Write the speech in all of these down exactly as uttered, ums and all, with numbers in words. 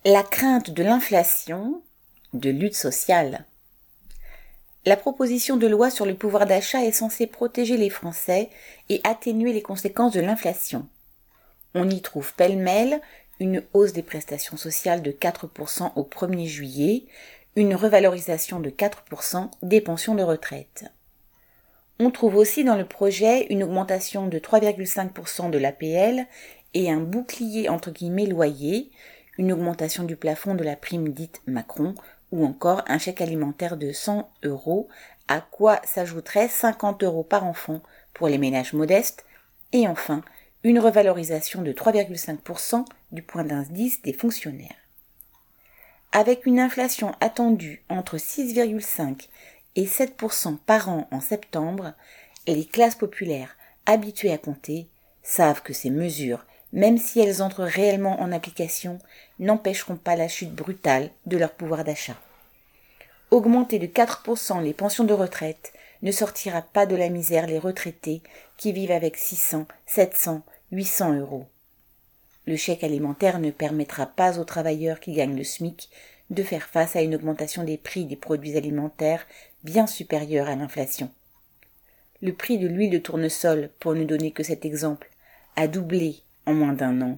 La crainte de l'inflation, de lutte sociale. La proposition de loi sur le pouvoir d'achat est censée protéger les Français et atténuer les conséquences de l'inflation. On y trouve pêle-mêle une hausse des prestations sociales de quatre pour cent au premier juillet, une revalorisation de quatre pour cent des pensions de retraite. On trouve aussi dans le projet une augmentation de trois virgule cinq pour cent de l'A P L et un bouclier entre guillemets loyer, une augmentation du plafond de la prime dite Macron, ou encore un chèque alimentaire de cent euros, à quoi s'ajouteraient cinquante euros par enfant pour les ménages modestes, et enfin une revalorisation de trois virgule cinq pour cent du point d'indice des fonctionnaires. Avec une inflation attendue entre six virgule cinq et sept pour cent par an en septembre, les classes populaires habituées à compter savent que ces mesures, même si elles entrent réellement en application, n'empêcheront pas la chute brutale de leur pouvoir d'achat. Augmenter de quatre pour cent les pensions de retraite ne sortira pas de la misère les retraités qui vivent avec six cents, sept cents, huit cents euros. Le chèque alimentaire ne permettra pas aux travailleurs qui gagnent le SMIC de faire face à une augmentation des prix des produits alimentaires bien supérieure à l'inflation. Le prix de l'huile de tournesol, pour ne donner que cet exemple, a doublé en moins d'un an.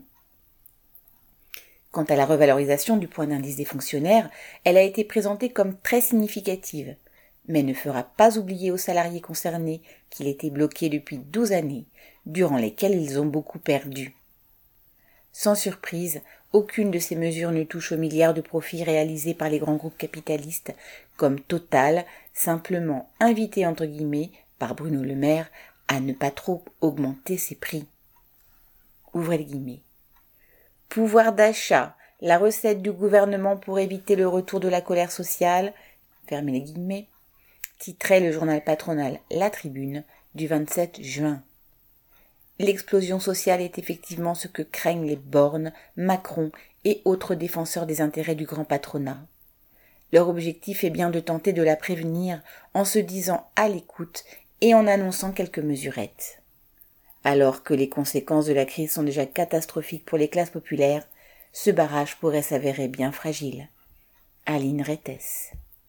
Quant à la revalorisation du point d'indice des fonctionnaires, elle a été présentée comme très significative, mais ne fera pas oublier aux salariés concernés qu'il était bloqué depuis douze années, durant lesquelles ils ont beaucoup perdu. Sans surprise, aucune de ces mesures ne touche aux milliards de profits réalisés par les grands groupes capitalistes comme Total, simplement invité entre guillemets par Bruno Le Maire à ne pas trop augmenter ses prix. Ouvrez les guillemets. Pouvoir d'achat, la recette du gouvernement pour éviter le retour de la colère sociale, fermez les guillemets, titrait le journal patronal La Tribune du vingt-sept juin. L'explosion sociale est effectivement ce que craignent les Borne, Macron et autres défenseurs des intérêts du grand patronat. Leur objectif est bien de tenter de la prévenir en se disant à l'écoute et en annonçant quelques mesurettes. Alors que les conséquences de la crise sont déjà catastrophiques pour les classes populaires, ce barrage pourrait s'avérer bien fragile. Aline Rettes.